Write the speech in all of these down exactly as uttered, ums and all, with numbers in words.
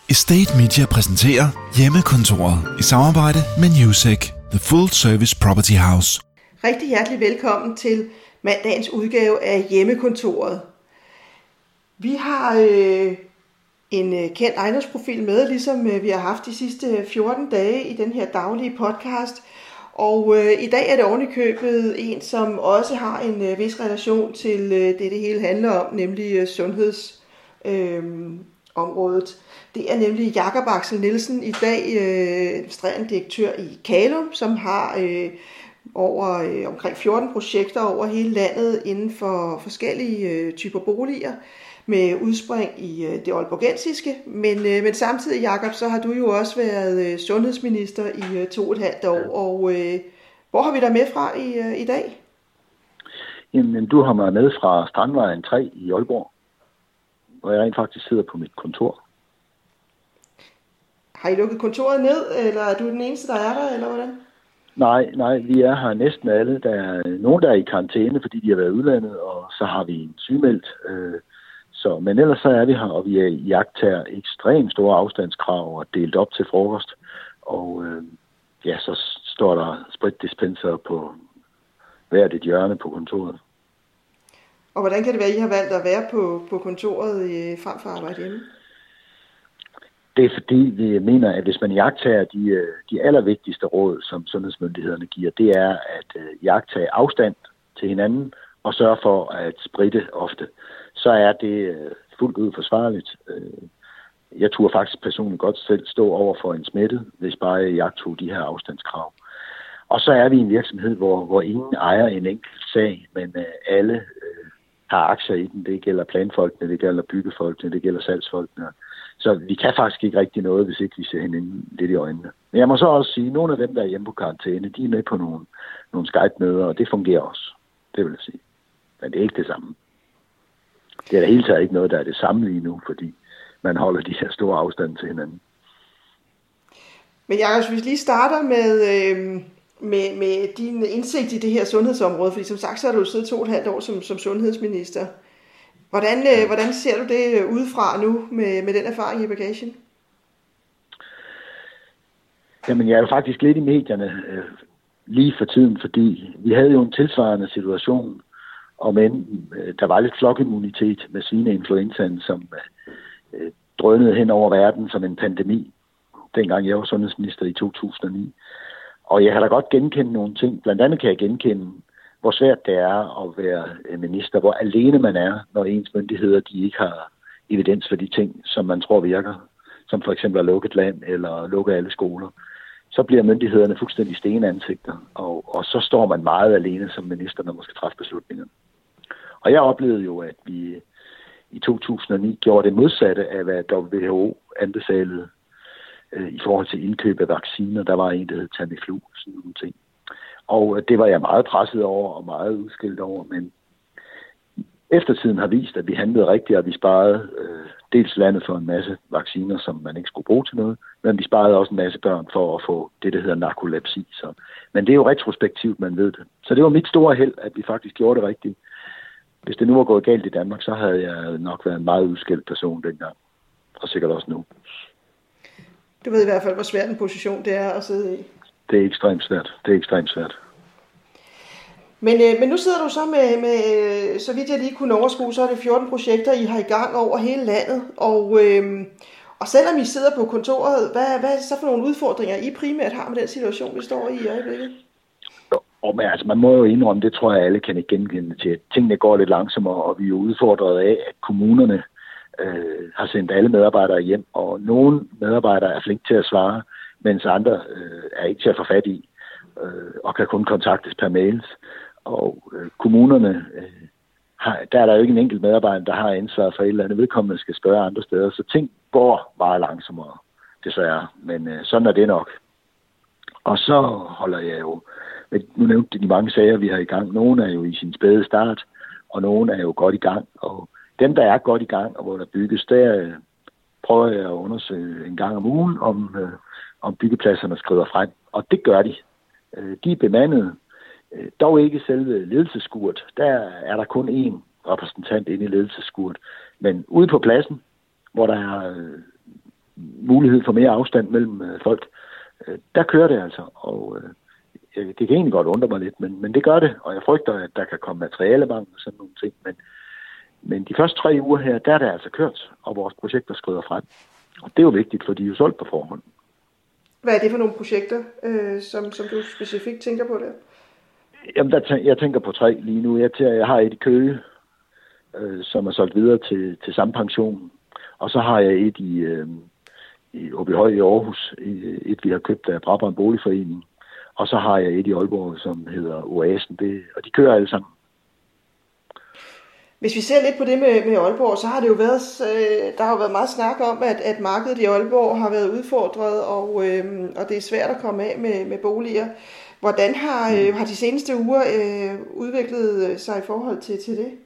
Estate Media præsenterer Hjemmekontoret i samarbejde med Newsec, The Full Service Property House. Rigtig hjertelig velkommen til mandagens udgave af Hjemmekontoret. Vi har øh, en øh, kendt ejendomsprofil med, ligesom øh, vi har haft de sidste fjorten dage i den her daglige podcast. Og øh, i dag er det ovenikøbet en, som også har en øh, vis relation til øh, det, det hele handler om, nemlig øh, sundhedsområdet. Øh, Det er nemlig Jakob Axel Nielsen, i dag øh, administrerende direktør i Kalum, som har øh, over øh, omkring fjorten projekter over hele landet inden for forskellige øh, typer boliger med udspring i øh, det aalborgensiske. Men, øh, men samtidig, Jakob, så har du jo også været øh, sundhedsminister i øh, to og et halvt år. Og øh, hvor har vi dig med fra i, øh, i dag? Jamen, du har mig med fra Strandvejen tre i Aalborg, hvor jeg rent faktisk sidder på mit kontor. Har I lukket kontoret ned, eller er du den eneste, der er der, eller hvordan? Nej, nej, vi er her næsten alle. Der er nogen, der er i karantæne, fordi de har været udlandet, og så har vi en sygemeldt. Øh, så, men ellers så er vi her, og vi er jagttager ekstremt store afstandskrav og delt op til frokost. Og øh, ja, så står der spritdispenser på hvert et hjørne på kontoret. Og hvordan kan det være, at I har valgt at være på, på kontoret øh, frem for at arbejde hjemme? Det er fordi, vi mener, at hvis man iagttager de, de allervigtigste råd, som sundhedsmyndighederne giver, det er at iagttage afstand til hinanden og sørge for at spritte ofte. Så er det fuldt ud forsvarligt. Jeg turde faktisk personligt godt selv stå over for en smittet, hvis bare jeg iagttog de her afstandskrav. Og så er vi en virksomhed, hvor, hvor ingen ejer en enkelt sag, men alle har aktier i den. Det gælder planfolkene, det gælder byggefolkene, det gælder salgsfolkene. Så vi kan faktisk ikke rigtig noget, hvis ikke vi ser hinanden lidt i øjnene. Men jeg må så også sige, at nogle af dem, der er hjemme på karantæne, de er med på nogle, nogle Skype-møder, og det fungerer også. Det vil jeg sige. Men det er ikke det samme. Det er da hele taget ikke noget, der er det samme lige nu, fordi man holder de her store afstande til hinanden. Men Jakob, hvis vi lige starter med, øh, med, med din indsigt i det her sundhedsområde, fordi som sagt, så har du jo siddet to og et halvt år som, som sundhedsminister. Hvordan, øh, hvordan ser du det udefra nu med, med den erfaring i bagagen? Jamen, jeg er jo faktisk lidt i medierne øh, lige for tiden, fordi vi havde jo en tilsvarende situation, og men øh, der var lidt flokimmunitet med svineinfluenzaen, som øh, drønede hen over verden som en pandemi, dengang jeg var sundhedsminister i to tusind og ni. Og jeg kan da godt genkende nogle ting. Blandt andet kan jeg genkende, hvor svært det er at være minister, hvor alene man er, når ens myndigheder de ikke har evidens for de ting, som man tror virker, som for eksempel at lukke et land eller lukke alle skoler. Så bliver myndighederne fuldstændig stenansigter, og, og så står man meget alene som minister, når man skal træffe beslutninger. Og jeg oplevede jo, at vi i to tusind og ni gjorde det modsatte af, hvad W H O anbefalede øh, i forhold til indkøb af vacciner. Der var en, der hed Tamiflu, sådan nogle ting. Og det var jeg meget presset over og meget udskilt over, men eftertiden har vist, at vi handlede rigtigt, og vi sparede øh, dels landet for en masse vacciner, som man ikke skulle bruge til noget, men vi sparede også en masse børn for at få det, der hedder narkolepsi. Så. Men det er jo retrospektivt, man ved det. Så det var mit store held, at vi faktisk gjorde det rigtigt. Hvis det nu var gået galt i Danmark, så havde jeg nok været en meget udskilt person dengang, og sikkert også nu. Du ved i hvert fald, hvor svært en position det er at sidde i. Det er ekstremt svært. Det er ekstremt svært. Men, øh, men nu sidder du så med, med, så vidt jeg lige kunne overskue, så er det fjorten projekter, I har i gang over hele landet. Og, øh, og selvom I sidder på kontoret, hvad, hvad er det så for nogle udfordringer, I primært har med den situation, vi står i i øjeblikket? Og, men, altså, man må jo indrømme, det tror jeg alle kan ikke genkende til. Tingene går lidt langsommere, og vi er jo udfordret af, at kommunerne øh, har sendt alle medarbejdere hjem, og nogle medarbejdere er flinke til at svare, mens andre øh, er ikke til at få fat i, øh, og kan kun kontaktes per mails. Og øh, kommunerne, øh, har, der er der jo ikke en enkelt medarbejder, der har ansvar for et eller andet vedkommende, skal spørge andre steder. Så ting går meget langsommere, desværre. Men øh, sådan er det nok. Og så holder jeg jo, nu nævnte de mange sager, vi har i gang. Nogle er jo i sin spæde start, og nogle er jo godt i gang. Og dem, der er godt i gang, og hvor der bygges, der øh, prøver jeg at undersøge en gang om ugen, om... Øh, om byggepladserne skrider frem. Og det gør de. De er bemandede. Dog ikke selve ledelsesskurt. Der er der kun én repræsentant inde i ledelsesskurt. Men ude på pladsen, hvor der er mulighed for mere afstand mellem øh, folk. Øh, der kører det altså, og øh, det kan egentlig godt undre mig lidt, men, men det gør det, og jeg frygter, at der kan komme materialemangel og sådan nogle ting, men, men de første tre uger her, der er det altså kørt, og vores projekter skrider frem. Og det er jo vigtigt, for de er jo solgt på forhånd. Hvad er det for nogle projekter, øh, som, som du specifikt tænker på der? Jamen, der tæ- jeg tænker på tre lige nu. Jeg, tæ- jeg har et i Køge, øh, som er solgt videre til, til samme pension. Og så har jeg et i, øh, i Åbyhøj i Aarhus, et vi har købt af Brabrand Boligforening. Og så har jeg et i Aalborg, som hedder Oasen. Det, og de kører alle sammen. Hvis vi ser lidt på det med, med Aalborg, så har det jo været, øh, der har jo været meget snak om, at, at markedet i Aalborg har været udfordret, og, øh, og det er svært at komme af med, med boliger. Hvordan har, øh, har de seneste uger øh, udviklet sig i forhold til, til det?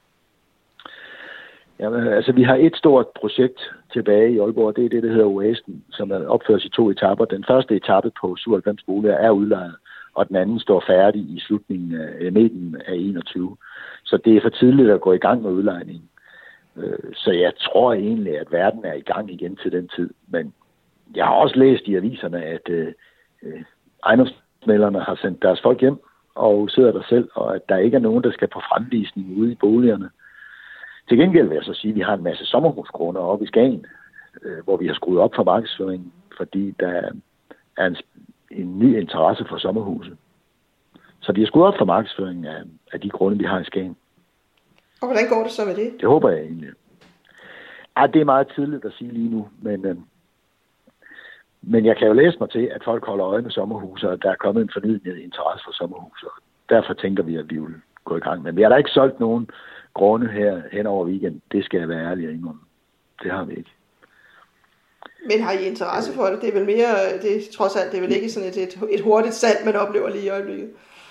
Jamen, altså, vi har et stort projekt tilbage i Aalborg, det er det, der hedder Oasen, som er opført i to etaper. Den første etape på syvoghalvfems boliger er udlejet, og den anden står færdig i slutningen af midten af enogtyve. Så det er for tidligt at gå i gang med udlejningen. Så jeg tror egentlig, at verden er i gang igen til den tid. Men jeg har også læst i aviserne, at øh, ejendomsmæglerne har sendt deres folk hjem og sidder der selv, og at der ikke er nogen, der skal på fremvisning ude i boligerne. Til gengæld vil jeg så sige, at vi har en masse sommerhusgrunde oppe i Skagen, øh, hvor vi har skruet op for markedsføringen, fordi der er en, en ny interesse for sommerhuse. Så vi har skruet op for markedsføringen af, af de grunde, vi har i Skagen. Og hvordan går det så med det? Det håber jeg egentlig. Ej, det er meget tidligt at sige lige nu, men, øh, men jeg kan jo læse mig til, at folk holder øje med sommerhuse, og der er kommet en fornyet interesse for sommerhuse. Derfor tænker vi, at vi vil gå i gang. Men vi har da ikke solgt nogen grunde her hen over weekend. Det skal jeg være ærlig og indrømme. Det har vi ikke. Men har I interesse for det? Det er vel mere, det er, trods alt, det er vel ikke sådan et, et, et hurtigt salg, man oplever lige i øjeblikket?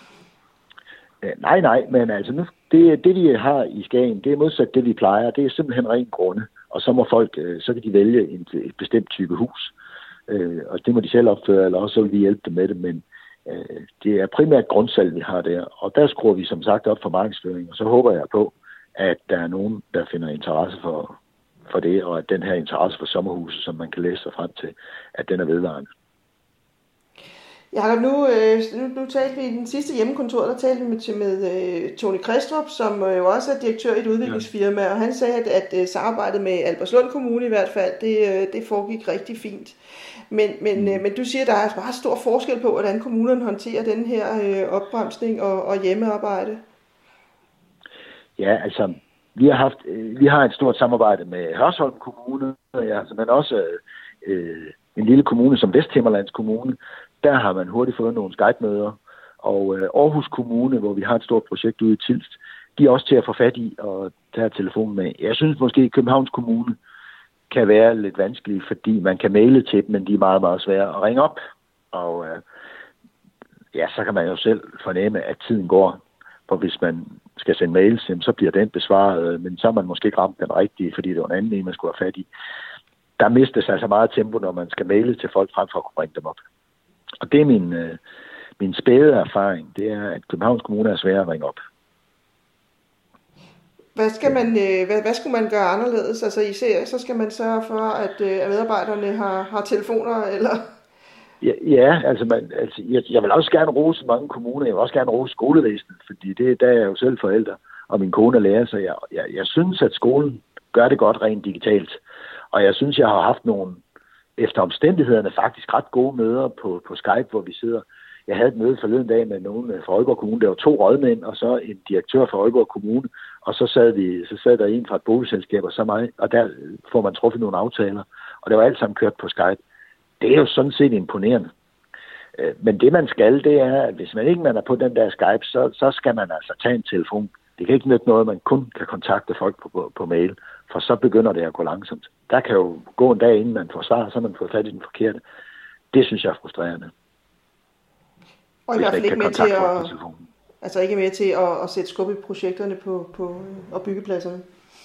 Ja, nej, nej, men altså nu, det, det vi har i Skagen, det er modsat det vi plejer. Det er simpelthen ren grunde. Og så må folk, så kan de vælge en, et bestemt type hus. Øh, og det må de selv opføre, eller også så vil vi hjælpe dem med det. Men øh, det er primært grundsalg, vi har der. Og der skruer vi som sagt op for markedsføring. Og så håber jeg på, at der er nogen, der finder interesse for, for det, og at den her interesse for sommerhuse, som man kan læse sig frem til, at den er vedvarende. Jakob, nu, øh, nu, nu talte vi i den sidste hjemmekontor, der talte vi med, med øh, Tony Kristrup, som øh, jo også er direktør i et udviklingsfirma, og han sagde, at, at øh, samarbejdet med Albertslund Kommune i hvert fald, det, øh, det foregik rigtig fint. Men, men, mm. øh, men du siger, at der er meget stor forskel på, hvordan kommunerne håndterer den her øh, opbremsning og, og hjemmearbejde. Ja, altså, vi har haft, vi har et stort samarbejde med Hørsholm Kommune, ja, men også øh, en lille kommune som Vesthimmerlands Kommune. Der har man hurtigt fået nogle Skype-møder. Og øh, Aarhus Kommune, hvor vi har et stort projekt ude i Tilst, de er også til at få fat i og tage telefonen med. Jeg synes måske, at Københavns Kommune kan være lidt vanskelig, fordi man kan maile til dem, men de er meget, meget svære at ringe op. Og øh, ja, så kan man jo selv fornemme, at tiden går. For hvis man skal sende mails, så bliver den besvaret, men så har man måske ikke ramt den rigtige, fordi det var en anden en, man skulle have fat i. Der mistes altså meget tempo, når man skal maile til folk frem for at kunne bringe dem op. Og det er min, øh, min spæde erfaring, det er, at Københavns Kommune er svære at ringe op. Hvad skal man, øh, hvad, hvad skulle man gøre anderledes? Altså især, så skal man sørge for, at, øh, at medarbejderne har, har telefoner, eller... Ja, ja altså, man, altså jeg, jeg vil også gerne rose mange kommuner, jeg vil også gerne rose skolevæsenet, fordi det, der er jeg jo selv forældre, og min kone er lærer, så jeg, jeg, jeg synes, at skolen gør det godt rent digitalt. Og jeg synes, jeg har haft nogle, efter omstændighederne, faktisk ret gode møder på, på Skype, hvor vi sidder. Jeg havde et møde forleden dag med nogen fra Aalborg Kommune. Der var to rådmænd, og så en direktør fra Aalborg Kommune. Og så sad, vi, så sad der en fra et boligselskab, og så mig, og der får man truffet nogle aftaler. Og det var alt sammen kørt på Skype. Det er jo sådan set imponerende. Men det man skal, det er, at hvis man ikke man er på den der Skype, så, så skal man altså tage en telefon. Det kan ikke nytte noget, man kun kan kontakte folk på, på, på mail, for så begynder det at gå langsomt. Der kan jo gå en dag, inden man får svar, så har man fået fat i den forkerte. Det synes jeg er frustrerende. Og i hvert fald ikke med til at, altså ikke med til at, at sætte skub i projekterne på, på og byggepladserne.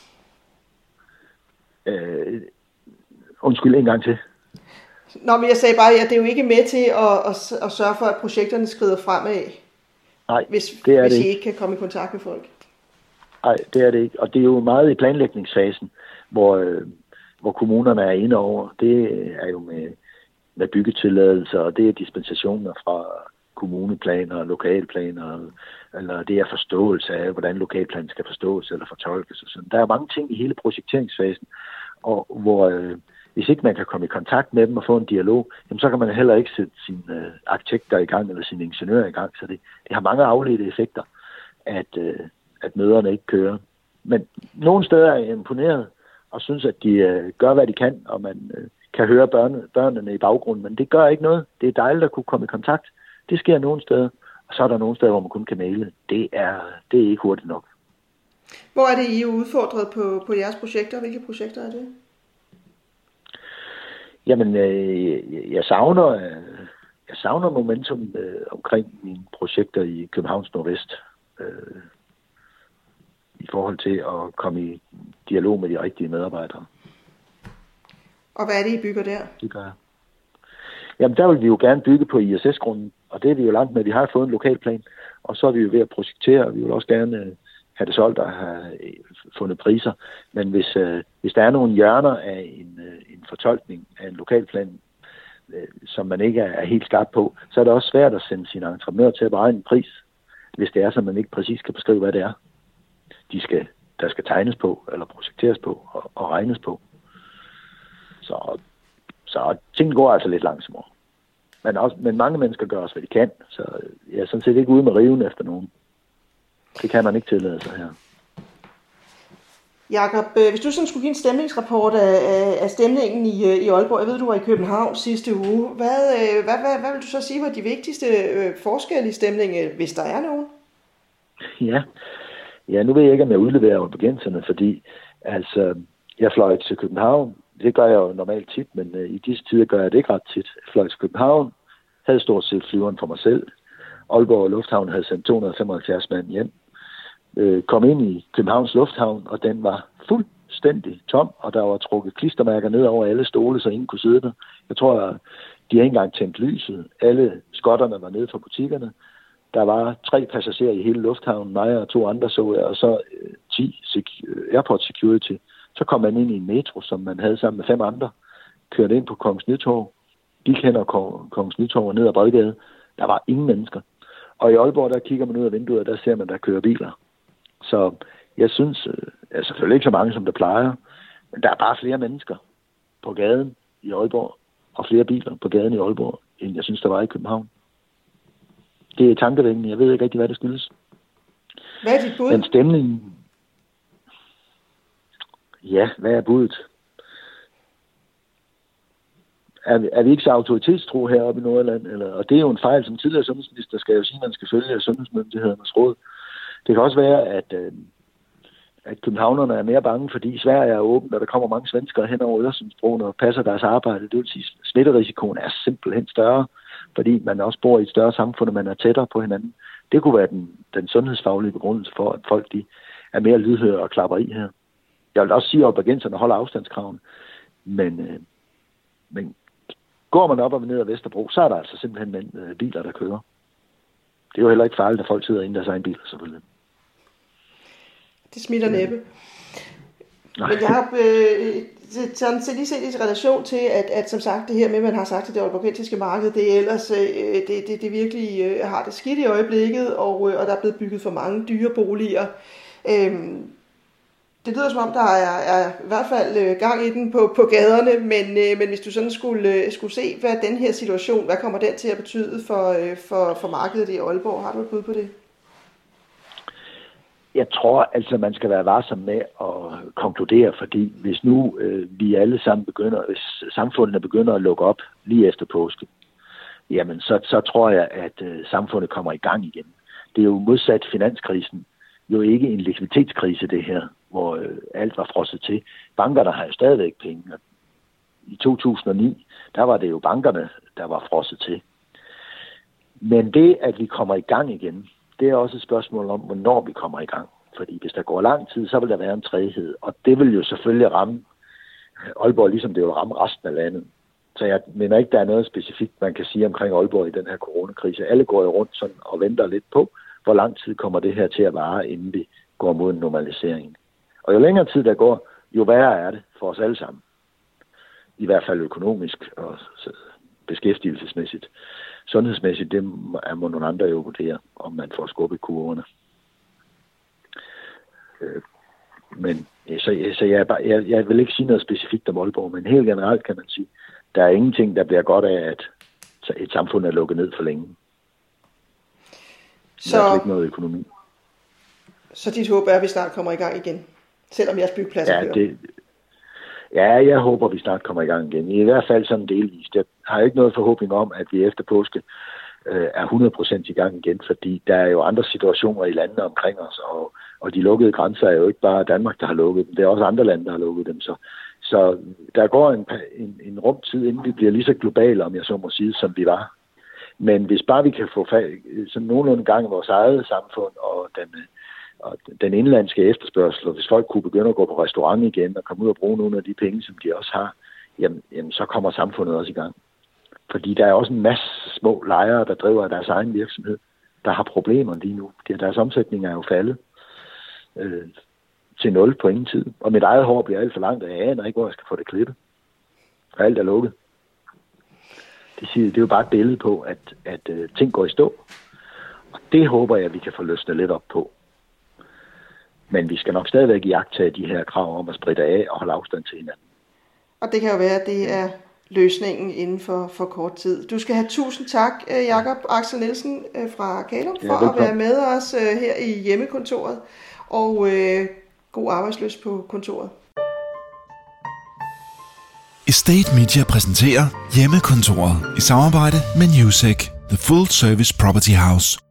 Øh, undskyld en gang til. Nå, men jeg sagde bare, at det er jo ikke med til at, at, at sørge for, at projekterne skrider fremad. Nej, hvis, det er hvis det I ikke. ikke kan komme i kontakt med folk. Nej, det er det ikke. Og det er jo meget i planlægningsfasen, hvor, øh, hvor kommunerne er inde over, det er jo med, med byggetilladelser, og det er dispensationer fra kommuneplaner og lokalplaner, eller det er forståelse af, hvordan lokalplanen skal forstås eller fortolkes. Og sådan. Der er mange ting i hele projekteringsfasen, og hvor øh, hvis ikke man kan komme i kontakt med dem og få en dialog, jamen, så kan man heller ikke sætte sine øh, arkitekter i gang eller sine ingeniører i gang. Så det, det har mange afledte effekter, at, øh, at møderne ikke kører. Men nogle steder er jeg imponeret og synes, at de øh, gør, hvad de kan, og man øh, kan høre børne, børnene i baggrunden. Men det gør ikke noget. Det er dejligt at kunne komme i kontakt. Det sker nogle steder, og så er der nogle steder, hvor man kun kan maile. Det er, det er ikke hurtigt nok. Hvor er det, I er udfordret på, på jeres projekter? Hvilke projekter er det? Jamen, øh, jeg savner, øh, jeg savner momentum øh, omkring mine projekter i Københavns Nordvest. Øh, I forhold til at komme i dialog med de rigtige medarbejdere. Og hvad er det, I bygger der? Det gør jeg. Jamen, der vil vi jo gerne bygge på I S S-grunden, og det er vi jo langt med. Vi har fået en lokalplan, og så er vi jo ved at projektere, og vi vil også gerne have det solgt og have fundet priser. Men hvis, øh, hvis der er nogle hjørner af en, øh, en fortolkning af en lokalplan, øh, som man ikke er, er helt skarp på, så er det også svært at sende sine entreprenører til at beregne en pris, hvis det er, så man ikke præcis kan beskrive, hvad det er, de skal, der skal tegnes på, eller projekteres på, og, og regnes på. Så, så tingene går altså lidt langsommere. Men, også, men mange mennesker gør også, hvad de kan, så jeg er sådan set ikke ude med riven efter nogen. Det kan man ikke tillade sig her. Jakob, hvis du sådan skulle give en stemningsrapport af, af stemningen i, i Aalborg, jeg ved, du var i København sidste uge. Hvad, hvad, hvad, hvad vil du så sige var de vigtigste forskelle i stemningen, hvis der er nogen? Ja, ja nu ved jeg ikke, om jeg udleverer begrænserne, fordi altså, jeg fløj til København. Det gør jeg jo normalt tit, men uh, i disse tider gør jeg det ikke ret tit. Jeg fløj til København, havde stort set flyveren for mig selv. Aalborg Lufthavn havde sendt to hundrede og femoghalvfjerds mand hjem. Uh, kom ind i Københavns Lufthavn, og den var fuldstændig tom, og der var trukket klistermærker ned over alle stole, så ingen kunne sidde der. Jeg tror, at de havde ikke engang tændt lyset. Alle skotterne var nede fra butikkerne. Der var tre passagerer i hele lufthavnen, mig og to andre så jeg, og så uh, ti sec- airport security. Så kom man ind i en metro, som man havde sammen med fem andre, kørte ind på Kongens Nytorv. De kender Kongens Nytorv ned ad Bredgade. Der var ingen mennesker. Og i Aalborg, der kigger man ud af vinduet, og der ser man, der kører biler. Så jeg synes, ja, selvfølgelig ikke så mange, som der plejer, men der er bare flere mennesker på gaden i Aalborg, og flere biler på gaden i Aalborg, end jeg synes, der var i København. Det er tankevækkende. Jeg ved ikke rigtig, hvad det skyldes. Hvad er dit bud? Men stemningen... Ja, hvad er budet? Er vi, er vi ikke så autoritetstro heroppe i Nordjylland? Eller, og det er jo en fejl, som tidligere sundhedsminister skal jo sige, at man skal følge sundhedsmyndighedernes råd. Det kan også være, at, øh, at københavnerne er mere bange, fordi Sverige er åbent, og der kommer mange svenskere hen over Øresundsbroen og passer deres arbejde. Det vil sige, at smitterisikoen er simpelthen større, fordi man også bor i et større samfund, og man er tættere på hinanden. Det kunne være den, den sundhedsfaglige begrundelse for, at folk de er mere lydhøre og klapper i her. Jeg vil også sige, at bergenserne holder afstandskravene, men, øh, men går man op og ned ad Vesterbro, så er der altså simpelthen øh, biler, der kører. Det er jo heller ikke farligt, at folk sidder inde i deres egen bil, selvfølgelig. Det smitter næppe. Nej. Men jeg har øh, sådan set lige set i relation til, at, at som sagt det her med, at man har sagt, at det aalborgensiske marked, det er ellers øh, det, det, det virkelig øh, har det skidt i øjeblikket, og, øh, og der er blevet bygget for mange dyre boliger. Øh, Det lyder som om, der er, er i hvert fald gang i den på, på gaderne, men, øh, men hvis du sådan skulle, øh, skulle se, hvad den her situation, hvad kommer den til at betyde for, øh, for, for markedet i Aalborg? Har du et bud på det? Jeg tror altså, man skal være varsom med at konkludere, fordi hvis nu øh, vi alle sammen begynder, hvis samfundet begynder at lukke op lige efter påske, jamen så, så tror jeg, at øh, samfundet kommer i gang igen. Det er jo modsat finanskrisen, jo ikke en likviditetskrise det her, hvor øh, alt var frosset til. Bankerne har jo stadigvæk penge. I to tusind og ni, der var det jo bankerne, der var frosset til. Men det, at vi kommer i gang igen, det er også et spørgsmål om, hvornår vi kommer i gang. Fordi hvis der går lang tid, så vil der være en træghed. Og det vil jo selvfølgelig ramme Aalborg, ligesom det vil ramme resten af landet. Så jeg mener ikke, der er noget specifikt, man kan sige omkring Aalborg i den her coronakrise. Alle går jo rundt sådan og venter lidt på, hvor lang tid kommer det her til at vare, inden vi går mod en normalisering. Og jo længere tid der går, jo værre er det for os alle sammen. i hvert fald økonomisk og beskæftigelsesmæssigt. Sundhedsmæssigt, det er må nogle andre jo vurdere, om man får skubbet kurverne. Øh, men så, så jeg, bare, jeg, jeg vil ikke sige noget specifikt om Aalborg, men helt generelt kan man sige, der er ingenting, der bliver godt af, at et samfund er lukket ned for længe. Så, der er ikke noget økonomi. Så dit håb er, at vi snart kommer i gang igen, selvom jeres byggepladser ja, det, ja, jeg håber, vi snart kommer i gang igen. I hvert fald sådan delvist. Jeg har ikke noget forhåbning om, at vi efter påske øh, er hundrede procent i gang igen, fordi der er jo andre situationer i landene omkring os, og, og de lukkede grænser er jo ikke bare Danmark, der har lukket dem. Det er også andre lande, der har lukket dem. Så, så der går en, en, en rum tid, inden vi bliver lige så globale, om jeg så må sige, som vi var. Men hvis bare vi kan få sådan nogenlunde gang i vores eget samfund, og den, og den indlandske efterspørgsel, og hvis folk kunne begynde at gå på restaurant igen, og komme ud og bruge nogle af de penge, som de også har, jamen, jamen så kommer samfundet også i gang. Fordi der er også en masse små lejere, der driver deres egen virksomhed, der har problemer lige nu. Deres omsætning er jo faldet øh, til nul på ingen tid. Og mit eget hår bliver alt for langt, og jeg aner ikke, hvor jeg skal få det klippet. For alt er lukket. Det, siger, det er jo bare et billede på, at, at uh, ting går i stå. Og det håber jeg, at vi kan få løsnet lidt op på. Men vi skal nok stadigvæk iagttage de her krav om at spritte af og holde afstand til hinanden. Og det kan jo være, at det er løsningen inden for, for kort tid. Du skal have tusind tak, Jakob Axel Nielsen fra Kalum, for ja, at være med os her i hjemmekontoret. Og øh, god arbejdsløs på kontoret. Estate Media præsenterer Hjemmekontoret i samarbejde med Newsec, The Full Service Property House.